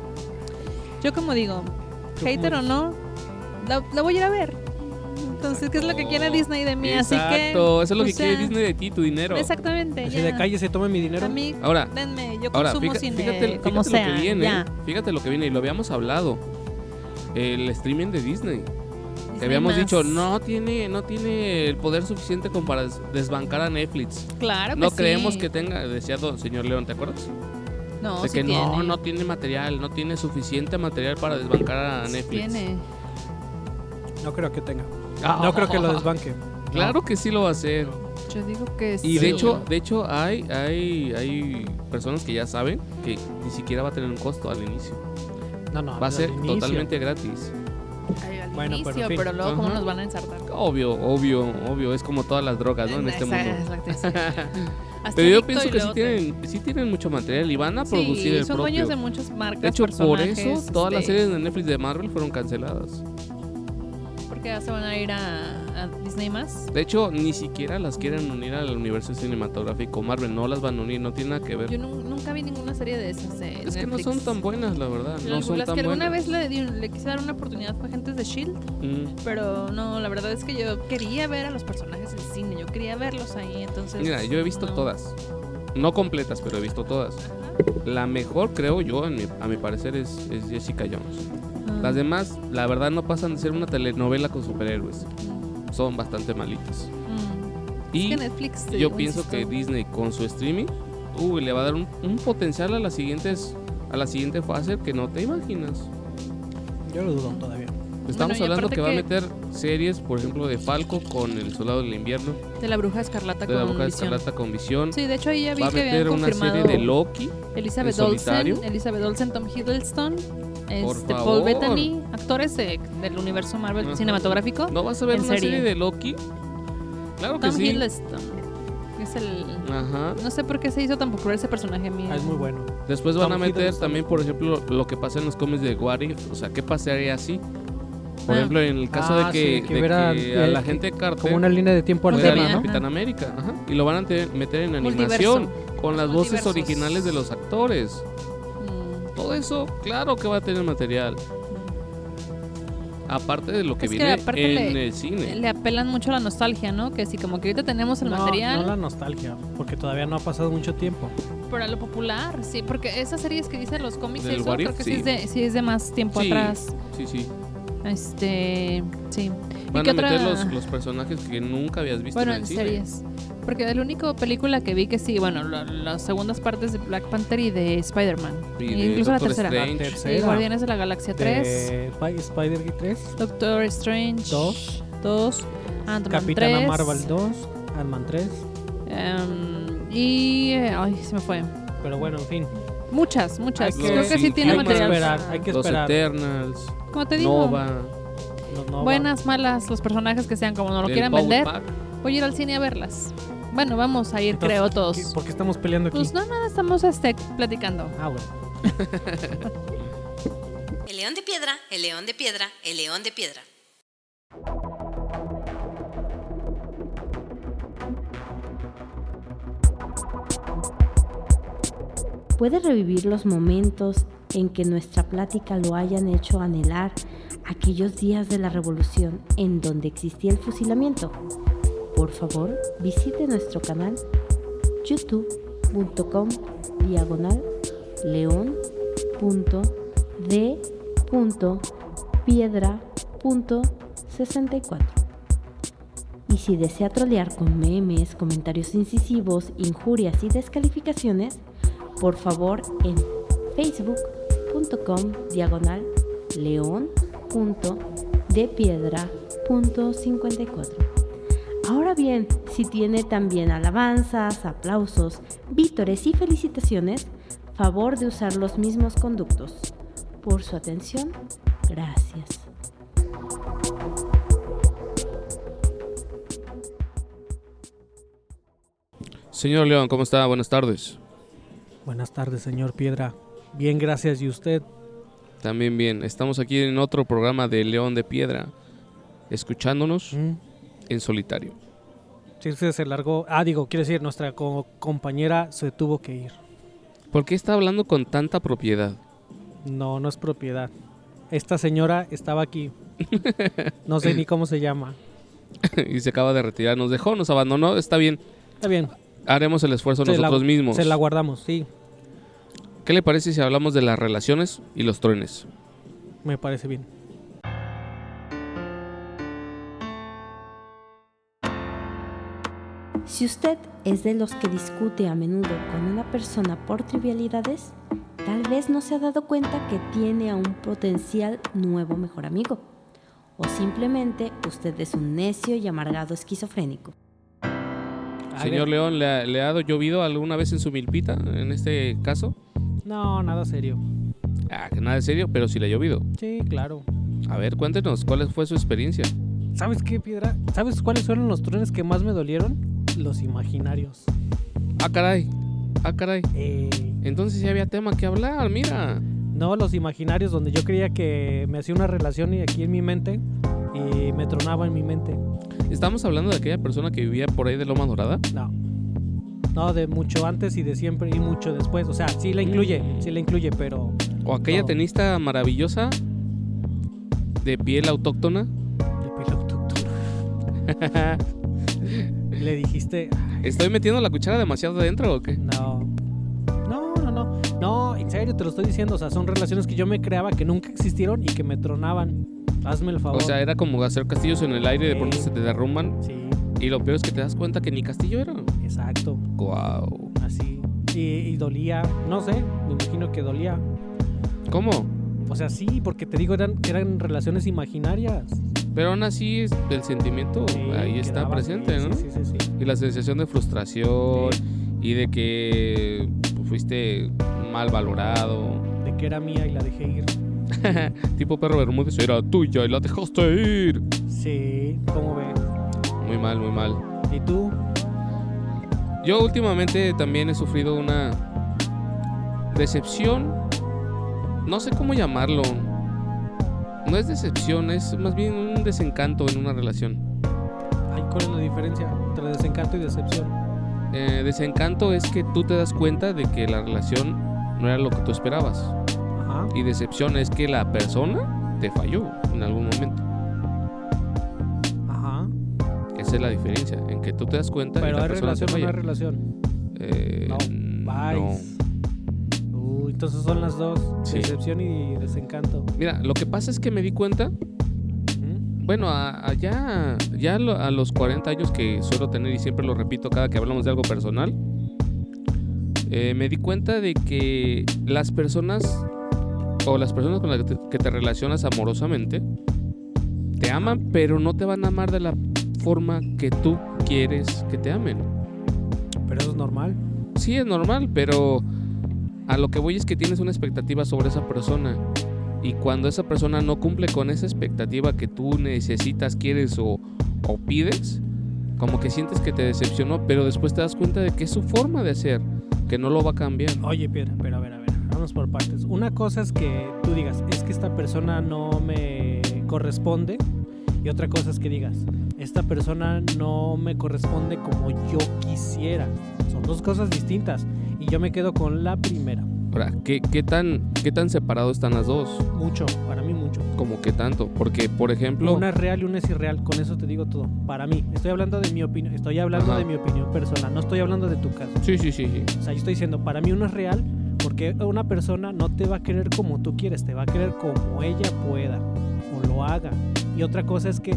Yo como digo, ¿Tú hater cómo o no, la voy a ir a ver. Entonces, ¿qué es lo que quiere Disney de mí? Así que... Exacto, eso es lo o que sea, quiere Disney de ti, tu dinero. Exactamente, Así ya. de calle se tome mi dinero. A mí, Ahora, denme, yo ahora consumo cine fíjate como lo sea, que viene, ya. fíjate lo que viene, y lo habíamos hablado, el streaming de Disney. Disney Que habíamos más. dicho, no tiene el poder suficiente como para desbancar a Netflix. Claro que No sí. creemos que tenga, decía señor León, ¿te acuerdas? No, De sí que tiene. no tiene material, no tiene suficiente material para desbancar a Sí Netflix. tiene. No creo que tenga. Ah, No creo que lo desbanque. Claro que sí lo va a hacer. Yo digo que sí. Y de hecho hay personas que ya saben que ni siquiera va a tener un costo al inicio. No, Va a ser al inicio. totalmente gratis. Ay, al Bueno, inicio, pero en fin. pero luego cómo Ajá. nos van a ensartar. Obvio, es como todas las drogas, ¿no? En este mundo. Exacto, sí. Hasta Pero yo adicto pienso y que luego te- sí tienen mucho material y van a Sí, producir el son propio. dueños de muchas marcas, De hecho, por personajes, eso todas las este, series de Netflix de Marvel fueron canceladas. Porque ya se van a ir a Disney más. De hecho, ni siquiera las quieren unir al universo cinematográfico Marvel. No las van a unir, no tiene nada que ver. Yo nunca vi ninguna serie de esas de Es que no Netflix. son tan buenas, la verdad. No son Las tan que alguna buenas. vez le quise dar una oportunidad fue Agentes de S.H.I.E.L.D., pero no, la verdad es que yo quería ver a los personajes en cine, yo quería verlos ahí, entonces... Mira, yo he visto no. todas. No completas, pero he visto todas. La mejor, creo yo, a mi parecer, es Jessica Jones. Ah. Las demás, la verdad, no pasan de ser una telenovela con superhéroes. Son bastante malitas. Es Y que Netflix, te yo digo, pienso insisto, que Disney con su streaming, le va a dar un potencial a la siguiente fase que no te imaginas. Yo lo dudo todavía. Estamos y hablando aparte que va a que- meter series, por ejemplo, de Falco con El Soldado del Invierno, de la Bruja Escarlata de la con Bruja Visión. Escarlata con Visión. Sí, de hecho ahí ya vi Va a que habían meter una confirmado serie de Loki. Elizabeth en solitario. Olsen, Tom Hiddleston, Por Paul favor. Bettany, actores del universo Marvel Ajá. cinematográfico. ¿No vas a ver ¿En una serie? serie de Loki? Claro que Tom sí. Hiddleston es el... Ajá. No sé por qué se hizo tan popular ese personaje a mí. Es muy bueno. Después van Tom a meter Hiddleston. también, por ejemplo, lo que pasa en los cómics de What If. O sea, ¿qué pasaría así? Por Ah. ejemplo, en el caso Ah, de que, sí, que hubiera, a la gente Carter Como una línea de tiempo fuera alterna, el ¿no? Capitán América. Ajá. Y lo van a meter en Multiverso. animación con las voces Multiversos. originales de los actores. Todo eso, claro que va a tener material. Aparte de lo que Es que viene aparte en el cine. Le apelan mucho a la nostalgia, ¿no? Que si como que ahorita tenemos el No, material, no la nostalgia, porque todavía no ha pasado mucho tiempo. pero a lo popular, sí, porque esas series que dicen los cómics, Del eso What creo If, que sí. sí es de más tiempo Sí. atrás. Sí, sí. Sí. Van qué a meter otra? los personajes que nunca habías visto Bueno, en el en cine. series. Porque la única película que vi que sí, bueno, las segundas partes de Black Panther y de Spider-Man. Y E de incluso la Doctor tercera. Strange. La Y tercera. Guardianes de la Galaxia 3, De Spider-Man 3, Doctor Strange 2, Ant-Man Capitana 3, Marvel 2, Ant-Man 3. Ay, se me fue. Pero bueno, en fin. Muchas. Hay Creo que sí tiene hay material. que esperar, hay que Los esperar. Eternals, Como te digo, Nova, Los Nova. buenas, malas, los personajes que sean como no lo el quieran Power vender, Pack. voy a ir al cine a verlas. Bueno, vamos a ir, Entonces, creo, todos. ¿Por qué estamos peleando aquí? Pues no, nada, estamos platicando. Ah, bueno. El león de piedra, el león de piedra, el león de piedra. ¿Puede revivir los momentos en que nuestra plática lo hayan hecho anhelar aquellos días de la revolución en donde existía el fusilamiento? Por favor, visite nuestro canal. youtube.com/leon.d.piedra.64. Y si desea trolear con memes, comentarios incisivos, injurias y descalificaciones, por favor en facebook.com/leon.depiedra.54. Ahora bien, si tiene también alabanzas, aplausos, vítores y felicitaciones, favor de usar los mismos conductos. Por su atención, gracias. Señor León, ¿cómo está? Buenas tardes. Buenas tardes, señor Piedra. Bien, gracias. ¿Y usted? También bien. Estamos aquí en otro programa de León de Piedra, escuchándonos en solitario. Sí, se largó. Quiere decir, nuestra compañera se tuvo que ir. ¿Por qué está hablando con tanta propiedad? No, no es propiedad. Esta señora estaba aquí. No sé ni cómo se llama. Y se acaba de retirar. Nos dejó, nos abandonó. Está bien. Está bien. Haremos el esfuerzo nosotros mismos. Se la guardamos, sí. ¿Qué le parece si hablamos de las relaciones y los truenes? Me parece bien. Si usted es de los que discute a menudo con una persona por trivialidades, tal vez no se ha dado cuenta que tiene a un potencial nuevo mejor amigo. O simplemente usted es un necio y amargado esquizofrénico. Señor León, ¿le ha llovido alguna vez en su milpita, en este caso? No, nada serio. Que nada serio, pero sí le ha llovido. Sí, claro. A ver, cuéntenos, ¿cuál fue su experiencia? ¿Sabes qué, Piedra? ¿Sabes cuáles fueron los truenes que más me dolieron? Los imaginarios. Ah, caray. Entonces ya había tema que hablar, mira. No, los imaginarios donde yo creía que me hacía una relación y aquí en mi mente y me tronaba en mi mente. ¿Estamos hablando de aquella persona que vivía por ahí de Loma Dorada? No, de mucho antes y de siempre y mucho después. O sea, sí la incluye, pero... ¿O aquella tenista maravillosa de piel autóctona? De piel autóctona. Le dijiste... ¿Estoy metiendo la cuchara demasiado adentro o qué? No, en serio te lo estoy diciendo. O sea, son relaciones que yo me creaba que nunca existieron y que me tronaban. Hazme el favor. O sea, era como hacer castillos en el aire y de pronto se te derrumban. Sí. Y lo peor es que te das cuenta que ni castillo era. Exacto. Guau. Así. Y dolía. No sé, me imagino que dolía. ¿Cómo? O sea, sí, porque te digo, eran relaciones imaginarias. Pero aún así el sentimiento ahí está presente, ¿no? Sí. Y la sensación de frustración y de que fuiste mal valorado. De que era mía y la dejé ir. Tipo Perro Bermúdez, era tuya y la dejaste ir. Sí, ¿cómo ves? Muy mal. ¿Y tú? Yo últimamente también he sufrido una decepción. No sé cómo llamarlo. No es decepción, es más bien un desencanto en una relación. Ay, ¿cuál es la diferencia entre desencanto y decepción? Desencanto es que tú te das cuenta de que la relación no era lo que tú esperabas. Ajá. Y decepción es que la persona te falló en algún momento. Ajá. Esa es la diferencia, en que tú te das cuenta. Pero y la hay persona relación te o no falla. hay relación. No. Entonces son las dos, Sí. decepción y desencanto. Mira, lo que pasa es que me di cuenta, bueno, ya a los 40 años que suelo tener, y siempre lo repito cada que hablamos de algo personal, me di cuenta de que las personas con las que te relacionas amorosamente te aman, pero no te van a amar de la forma que tú quieres que te amen. Pero eso es normal. Sí, es normal, pero a lo que voy es que tienes una expectativa sobre esa persona, y cuando esa persona no cumple con esa expectativa que tú necesitas, quieres o pides, como que sientes que te decepcionó, pero después te das cuenta de que es su forma de ser, que no lo va a cambiar. Oye, Piedra, pero a ver, vamos por partes. Una cosa es que tú digas, es que esta persona no me corresponde, y otra cosa es que digas, esta persona no me corresponde como yo quisiera. Son dos cosas distintas, y yo me quedo con la primera. Ahora, ¿qué tan separado están las dos? Mucho, para mí mucho. ¿Cómo que tanto? Porque, por ejemplo... Una es real y una es irreal, con eso te digo todo. Para mí, estoy hablando de mi opinión, Ajá. de mi opinión personal, no estoy hablando de tu caso. Sí. O sea, yo estoy diciendo, para mí uno es real porque una persona no te va a querer como tú quieres, te va a querer como ella pueda o lo haga. Y otra cosa es que,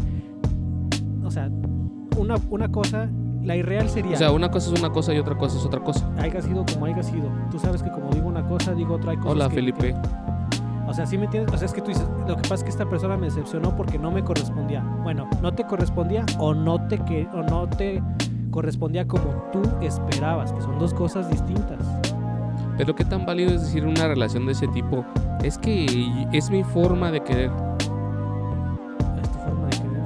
o sea, una cosa, la irreal sería... O sea, una cosa es una cosa y otra cosa es otra cosa. Haya sido como haya sido. Tú sabes que como digo una cosa, digo otra. Hay cosas Hola, que, Felipe. o sea, ¿sí me entiendes? O sea, es que tú dices, lo que pasa es que esta persona me decepcionó porque no me correspondía. Bueno, no te correspondía o no te correspondía como tú esperabas, que son dos cosas distintas. Pero qué tan válido es decir una relación de ese tipo. Es que es mi forma de querer. Es tu forma de querer.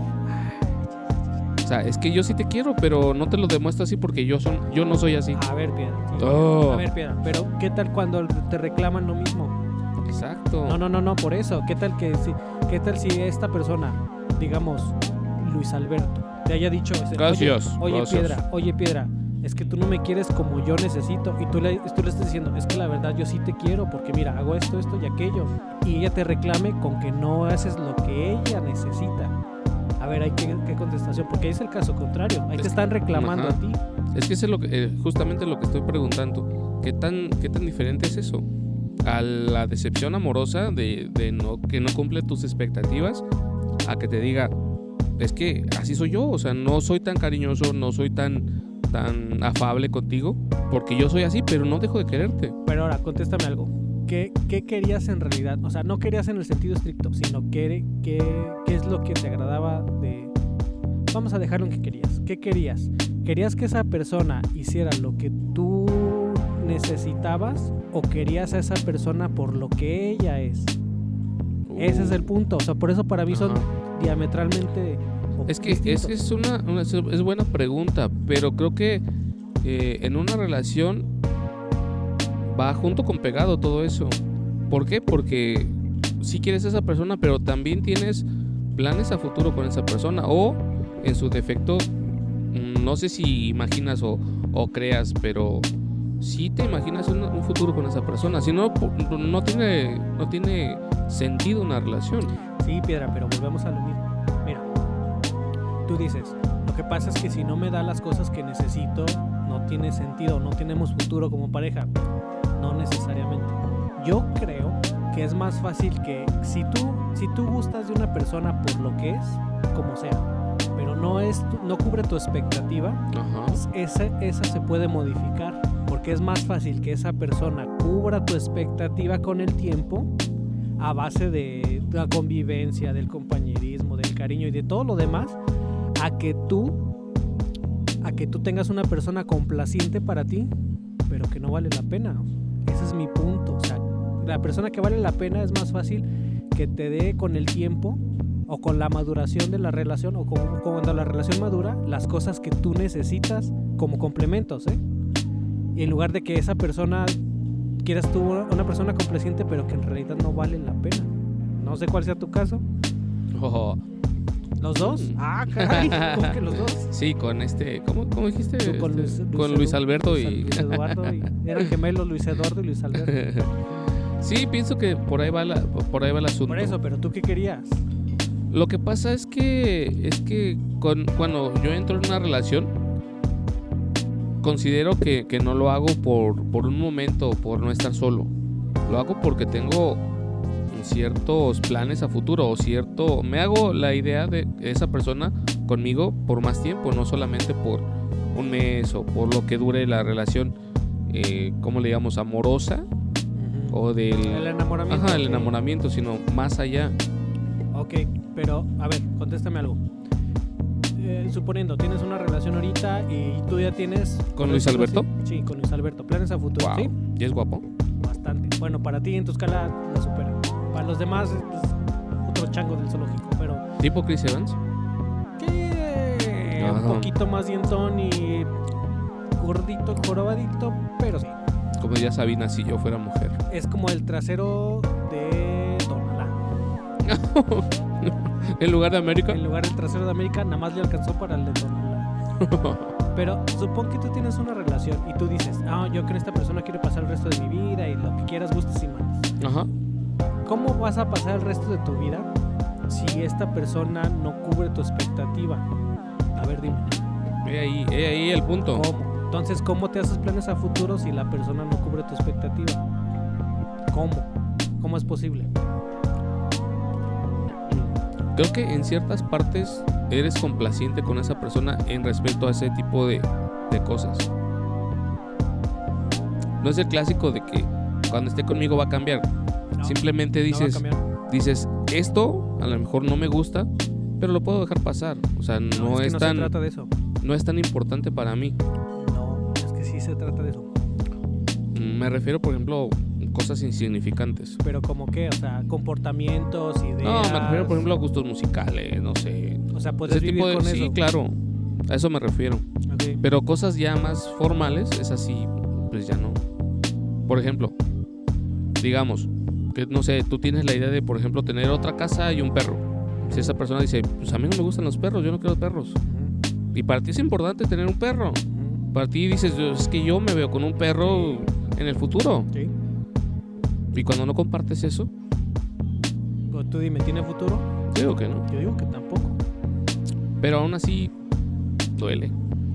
O sea, es que yo sí te quiero, pero no te lo demuestro así porque yo no soy así. A ver, Piedra. Sí. Oh. A ver, Piedra, pero ¿qué tal cuando te reclaman lo mismo? Exacto. No, por eso. ¿Qué tal si esta persona, digamos, Luis Alberto, te haya dicho, Gracias. Oye, Piedra, es que tú no me quieres como yo necesito, y tú le estás diciendo, es que la verdad yo sí te quiero, porque mira, hago esto y aquello, y ella te reclame con que no haces lo que ella necesita. A ver, hay qué contestación, porque ahí es el caso contrario, ahí te están reclamando Ajá. a ti. Es que eso es justamente lo que estoy preguntando. ¿Qué tan diferente es eso? A la decepción amorosa de que no cumple tus expectativas, a que te diga, es que así soy yo, o sea, no soy tan cariñoso, no soy tan afable contigo, porque yo soy así, pero no dejo de quererte. Pero ahora, contéstame algo. ¿Qué querías en realidad? O sea, no querías en el sentido estricto, sino qué es lo que te agradaba de... Vamos a dejarlo en que querías. ¿Qué querías? ¿Querías que esa persona hiciera lo que tú necesitabas o querías a esa persona por lo que ella es? Ese es el punto. O sea, por eso para mí son diametralmente Es que distintos. es buena pregunta, pero creo que en una relación va junto con pegado todo eso. ¿Por qué? Porque sí quieres a esa persona, pero también tienes planes a futuro con esa persona, o en su defecto, no sé si imaginas o creas, pero sí te imaginas un futuro con esa persona. Si no, no tiene sentido una relación. Sí, Piedra, pero volvemos a lo mismo. Mira, tú dices, lo que pasa es que si no me da las cosas que necesito, no tiene sentido, no tenemos futuro como pareja. No necesariamente. Yo creo que es más fácil que si tú gustas de una persona por lo que es, como sea, pero no cubre tu expectativa, Ajá. esa se puede modificar, porque es más fácil que esa persona cubra tu expectativa con el tiempo a base de la convivencia, del compañerismo, del cariño y de todo lo demás, a que tú tengas una persona complaciente para ti, pero que no vale la pena. Ese es mi punto. O sea, la persona que vale la pena es más fácil que te dé con el tiempo o con la maduración de la relación, o cuando la relación madura, las cosas que tú necesitas como complementos, y en lugar de que esa persona quieras tú una persona complaciente pero que en realidad no vale la pena. No sé cuál sea tu caso. Oh. ¿Los dos? Ah, caray, ¿cómo que los dos? Sí, con ¿cómo dijiste? Tú con Luis Alberto y Luis Eduardo eran gemelos Luis Eduardo y Luis Alberto. Sí, pienso que por ahí va el asunto. Por eso, pero ¿tú qué querías? Lo que pasa es que cuando yo entro en una relación, considero que no lo hago por un momento, por no estar solo. Lo hago porque tengo ciertos planes a futuro, o me hago la idea de esa persona conmigo por más tiempo, no solamente por un mes o por lo que dure la relación, ¿cómo le llamamos? Amorosa, o el enamoramiento. Ajá, el enamoramiento, sino más allá. Ok, pero a ver, contéstame algo. Suponiendo, tienes una relación ahorita y tú ya tienes... ¿Con Luis Alberto? Sí, con Luis Alberto. Planes a futuro, Wow. ¿sí? ¿Y es guapo? Bastante. Bueno, para ti en tu escala la supera. Para los demás es otro chango del zoológico, pero... ¿Tipo Chris Evans? Un poquito más dientón y gordito, jorobadito, pero sí. Como diría Sabina, si yo fuera mujer. Es como el trasero de Tonalá. ¿En lugar de América? En lugar del trasero de América, nada más le alcanzó para el de Tonalá. Pero supón que tú tienes una relación y tú dices, yo con esta persona quiero pasar el resto de mi vida y lo que quieras, gustes y mandes. Ajá. ¿Cómo vas a pasar el resto de tu vida si esta persona no cubre tu expectativa? A ver, dime. He ahí el punto. ¿Cómo? Entonces, ¿cómo te haces planes a futuro si la persona no cubre tu expectativa? ¿Cómo es posible? Creo que en ciertas partes eres complaciente con esa persona en respecto a ese tipo de cosas. No es el clásico de que cuando esté conmigo va a cambiar. No, simplemente dices, no va a cambiar. dices, esto a lo mejor no me gusta, pero lo puedo dejar pasar. O sea, no es que es no tan, se trata de eso. no es tan importante para mí. No, es que sí se trata de eso. Me refiero, por ejemplo, a cosas insignificantes. Pero ¿como qué? O sea, comportamientos, ideas. No, me refiero, por ejemplo, a gustos musicales, no sé. O sea, puedes Ese vivir tipo de, con sí, eso. claro. A eso me refiero. Okay. Pero cosas ya más formales, es así, pues ya no. Por ejemplo, digamos que, no sé, tú tienes la idea de, por ejemplo, tener otra casa y un perro. Si esa persona dice, pues a mí no me gustan los perros, yo no quiero perros. Y para ti es importante tener un perro. Para ti dices, es que yo me veo con un perro en el futuro. Sí. Y cuando no compartes eso, O tú dime, ¿tiene futuro? digo que no. Yo digo que tampoco. Pero aún así, duele.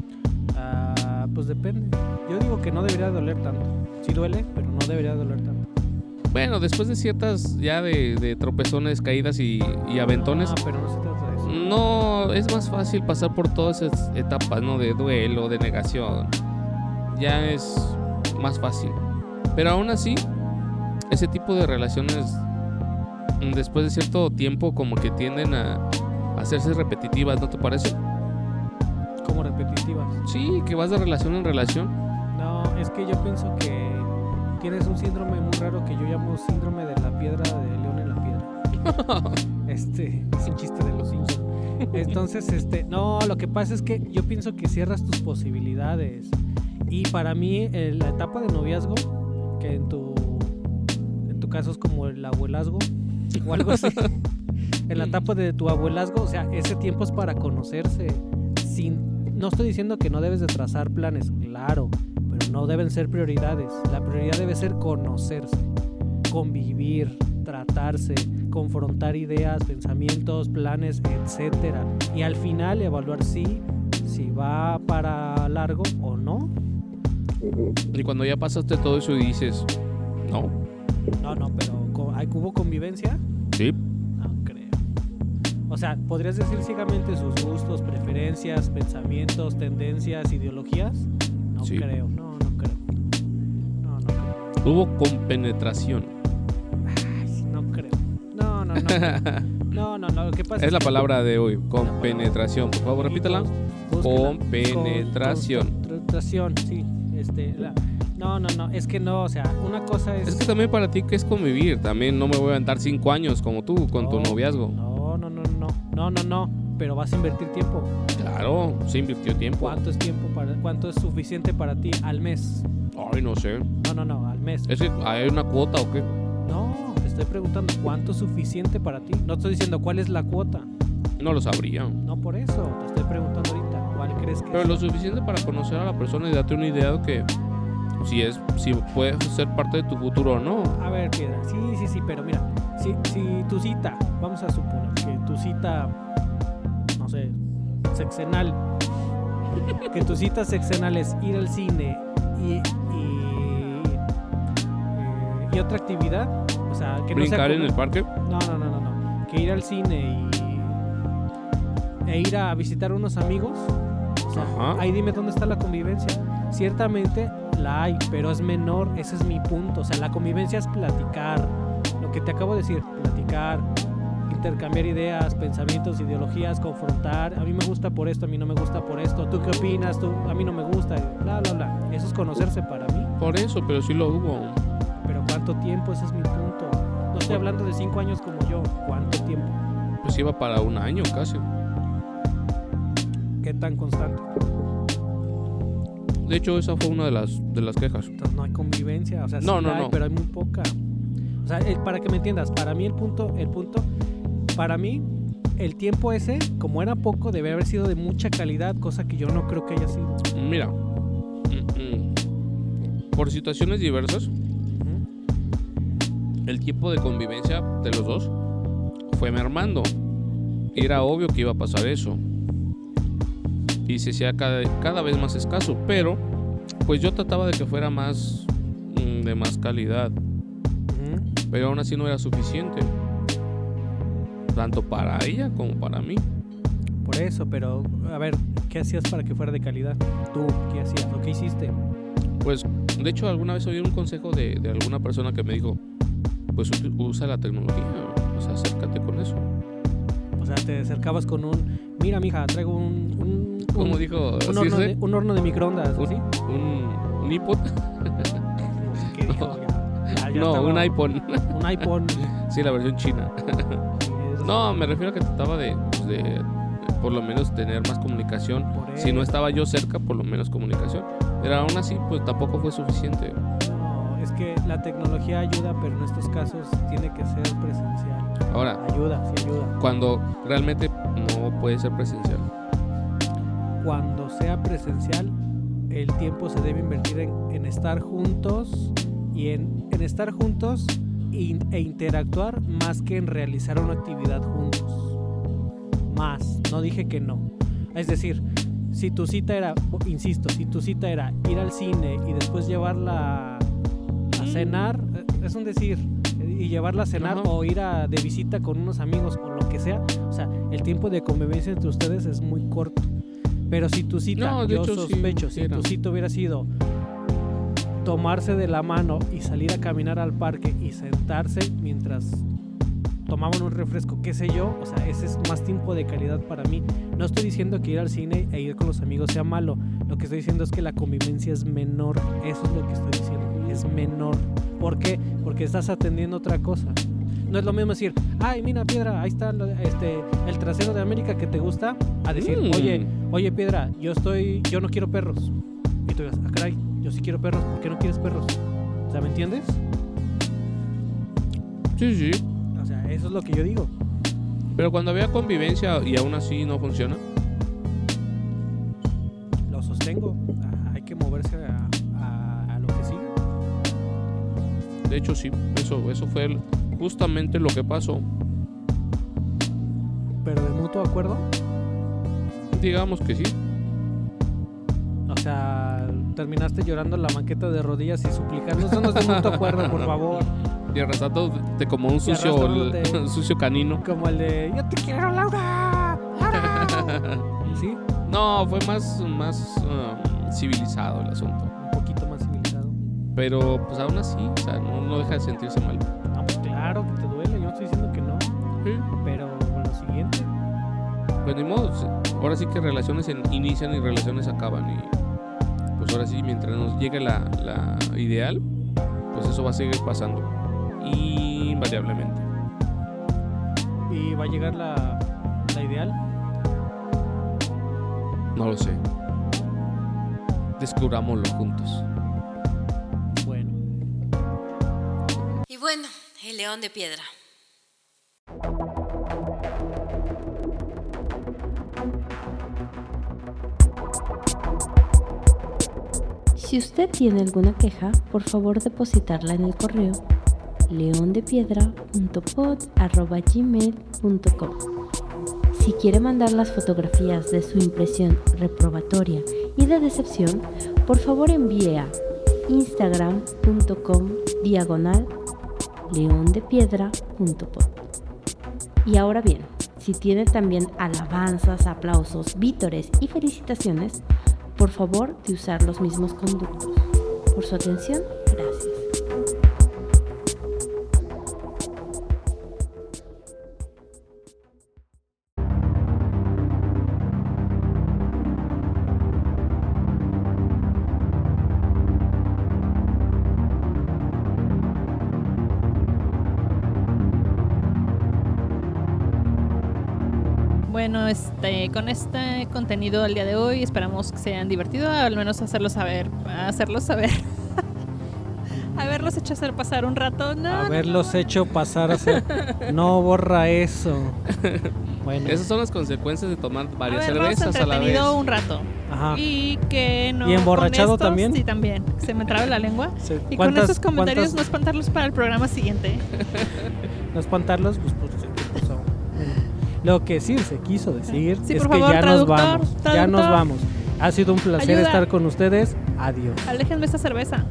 Pues depende. Yo digo que no debería doler tanto. Sí duele, pero no debería doler tanto. Bueno, después de ciertas ya de tropezones, caídas y aventones, Pero no se trata de eso. no, es más fácil pasar por todas esas etapas, ¿no? De duelo, de negación. Ya es más fácil. Pero aún así, ese tipo de relaciones, después de cierto tiempo, como que tienden a hacerse repetitivas, ¿no te parece? Como repetitivas. Sí, que vas de relación en relación. No, es que yo pienso que tienes un síndrome muy raro que yo llamo síndrome de la piedra de León en la piedra. Es un chiste de los Simpsons. Entonces, no, lo que pasa es que yo pienso que cierras tus posibilidades. Y para mí, la etapa de noviazgo, que en tu caso es como el abuelazgo o algo así. En la etapa de tu abuelazgo, o sea, ese tiempo es para conocerse. No estoy diciendo que no debes de trazar planes, claro, pero no deben ser prioridades. La prioridad debe ser conocerse, convivir, tratarse, confrontar ideas, pensamientos, planes, etcétera. Y al final evaluar si va para largo o no. Y cuando ya pasaste todo eso y dices, no, No, pero ¿hubo convivencia? sí, No creo. O sea, ¿podrías decir ciegamente sus gustos, preferencias, pensamientos, tendencias, ideologías? No Sí. creo, no creo. No creo. hubo compenetración. Ay, sí, no creo. No. No, lo que pasa Es la que- palabra de hoy, compenetración. Por favor, repítela. Búsquela. Compenetración. Compenetración, sí. No, es que no, o sea, una cosa es... Es que también para ti, ¿qué es convivir? También no me voy a aventar 5 años como tú con tu noviazgo. No, pero vas a invertir tiempo. Claro, se invirtió tiempo. ¿Cuánto es suficiente para ti al mes? Ay, no sé. No, al mes. ¿Es que hay una cuota o qué? No, te estoy preguntando cuánto es suficiente para ti. No estoy diciendo cuál es la cuota. No lo sabría. No por eso, te estoy preguntando ahorita. ¿Cuál crees que Pero es? lo suficiente para conocer a la persona y darte una idea de que si puede ser parte de tu futuro o no. A ver, Piedra, sí, pero mira, si tu cita, vamos a suponer que tu cita, no sé, sexenal, que tu cita sexenal es ir al cine y otra actividad, o sea, que no sea Brincar en comer. el parque. No, que ir al cine e ir a visitar unos amigos, o sea, Ajá. ahí dime dónde está la convivencia. Ciertamente la hay, pero es menor, ese es mi punto. O sea, la convivencia es platicar, lo que te acabo de decir, platicar, intercambiar ideas, pensamientos, ideologías, confrontar. A mí me gusta por esto, a mí no me gusta por esto. ¿Tú qué opinas? A mí no me gusta, bla, bla, bla. Eso es conocerse para mí. Por eso, pero sí lo hubo. Pero ¿cuánto tiempo? Ese es mi punto. No estoy hablando de 5 años como yo. ¿Cuánto tiempo? Pues iba para 1 año casi. ¿Qué tan constante? De hecho, esa fue una de las quejas. Entonces no hay convivencia. O sea, No, sí no, hay, no. pero hay muy poca. O sea, para que me entiendas, para mí el punto, para mí el tiempo ese, como era poco, debe haber sido de mucha calidad, cosa que yo no creo que haya sido. Mira, por situaciones diversas, el tiempo de convivencia de los dos fue mermando. Era obvio que iba a pasar eso. Y se hacía cada vez más escaso. Pero, pues yo trataba de que fuera más de más calidad. Pero aún así no era suficiente. Tanto para ella como para mí. Por eso, pero a ver, ¿qué hacías para que fuera de calidad? ¿Tú qué hacías o qué hiciste? Pues, de hecho, alguna vez oí un consejo de alguna persona que me dijo, pues usa la tecnología, o sea, acércate con eso. O sea, te acercabas con mira, mija, traigo ¿cómo dijo? Un horno de microondas, ¿sí? ¿Un iPod? No sé qué dijo, ya no, estaba, un iPhone. Un iPhone. Sí, la versión china. No, me refiero a que trataba de por lo menos tener más comunicación. Si no estaba yo cerca, por lo menos comunicación. Pero aún así, pues tampoco fue suficiente. No, es que la tecnología ayuda, pero en estos casos tiene que ser presencial. Ahora, sí ayuda. Cuando realmente no puede ser presencial. Cuando sea presencial, el tiempo se debe invertir en estar juntos y en estar juntos e interactuar más que en realizar una actividad juntos. Más, no dije que no. Es decir, si tu cita era, insisto, si tu cita era ir al cine y después llevarla a cenar, es un decir, y llevarla a cenar o ir de visita con unos amigos o lo que sea, o sea, el tiempo de convivencia entre ustedes es muy corto. Pero si tu cita, yo sospecho, si tu cita hubiera sido tomarse de la mano y salir a caminar al parque y sentarse mientras tomaban un refresco, qué sé yo, o sea, ese es más tiempo de calidad para mí. No estoy diciendo que ir al cine e ir con los amigos sea malo, lo que estoy diciendo es que la convivencia es menor, eso es lo que estoy diciendo, es menor. ¿Por qué? Porque estás atendiendo otra cosa. No es lo mismo decir, ay, mira, Piedra, ahí está el trasero de América que te gusta, a decir, oye, Piedra, yo no quiero perros. Y tú digas, caray, yo sí quiero perros, ¿por qué no quieres perros? O sea, ¿me entiendes? Sí. O sea, eso es lo que yo digo. Pero cuando había convivencia y aún así no funciona. Lo sostengo. Hay que moverse a lo que sigue. De hecho, sí, eso fue justamente lo que pasó. ¿Pero de mutuo acuerdo? Digamos que sí. O sea, terminaste llorando en la banqueta de rodillas y suplicando, eso no es de mutuo acuerdo, por favor. Y arrastrándote como un sucio canino. Como el de, yo te quiero, Laura. ¿Sí? No, fue más civilizado el asunto. Un poquito más civilizado. Pero pues aún así, o sea, no deja de sentirse mal. No, pues claro que te duele, yo no estoy diciendo que no. ¿Sí? Pero lo siguiente. Pues ni modo, ahora sí que relaciones inician y relaciones acaban. Y pues ahora sí, mientras nos llegue la ideal, pues eso va a seguir pasando. Invariablemente. ¿Y va a llegar la ideal? No lo sé. Descubrámoslo juntos. Bueno. Y bueno, el león de piedra. Si usted tiene alguna queja, por favor depositarla en el correo leondepiedra.pod@gmail.com. Si quiere mandar las fotografías de su impresión reprobatoria y de decepción, por favor envíe a instagram.com/leondepiedra.pod. Y ahora bien, si tiene también alabanzas, aplausos, vítores y felicitaciones, por favor de usar los mismos conductos. Por su atención, gracias. Bueno, con este contenido del día de hoy esperamos que se hayan divertido, al menos hacerlos saber, haberlos hecho hacer pasar un rato. Hecho pasar a hacer. No borra eso. Bueno. Esas son las consecuencias de tomar varias a ver, cervezas a la vez. entretenido un rato. Ajá. Y que no. ¿Y emborrachado con estos, también? Sí, también. Se me traba la lengua. Sí. Y con esos comentarios cuántas- no espantarlos para el programa siguiente. No espantarlos, pues ¿qué pasó? Lo que sí se quiso decir Sí, es por que favor, ya traductor, nos vamos. Ya traductor. nos vamos. Ha sido un placer Ayuda. estar con ustedes. Adiós. Aléjenme esta cerveza.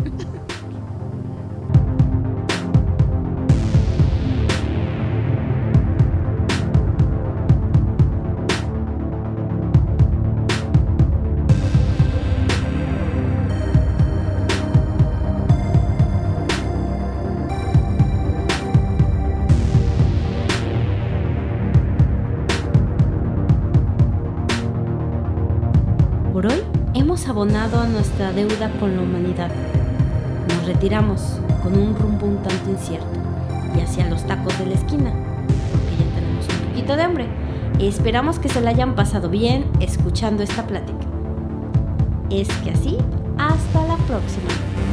Por hoy hemos abonado a nuestra deuda con la humanidad. Nos retiramos con un rumbo un tanto incierto y hacia los tacos de la esquina, porque ya tenemos un poquito de hambre. Esperamos que se la hayan pasado bien escuchando esta plática. Es que así, hasta la próxima.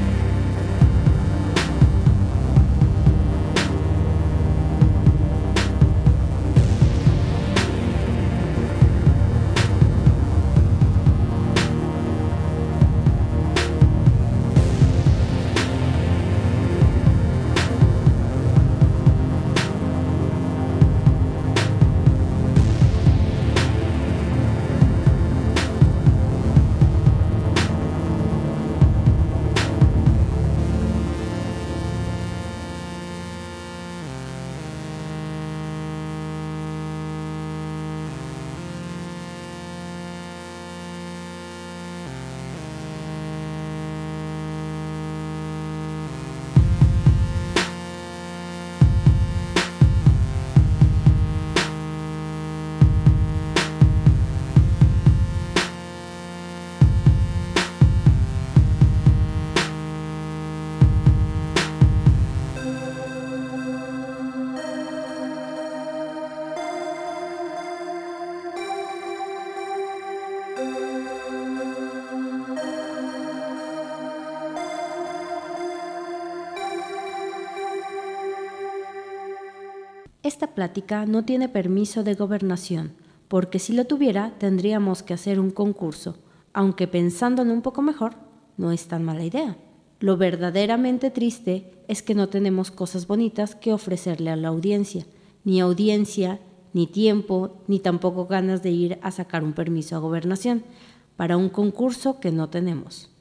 Esta plática no tiene permiso de gobernación, porque si lo tuviera tendríamos que hacer un concurso, aunque pensándolo un poco mejor, no es tan mala idea. Lo verdaderamente triste es que no tenemos cosas bonitas que ofrecerle a la audiencia, ni tiempo, ni tampoco ganas de ir a sacar un permiso a gobernación para un concurso que no tenemos.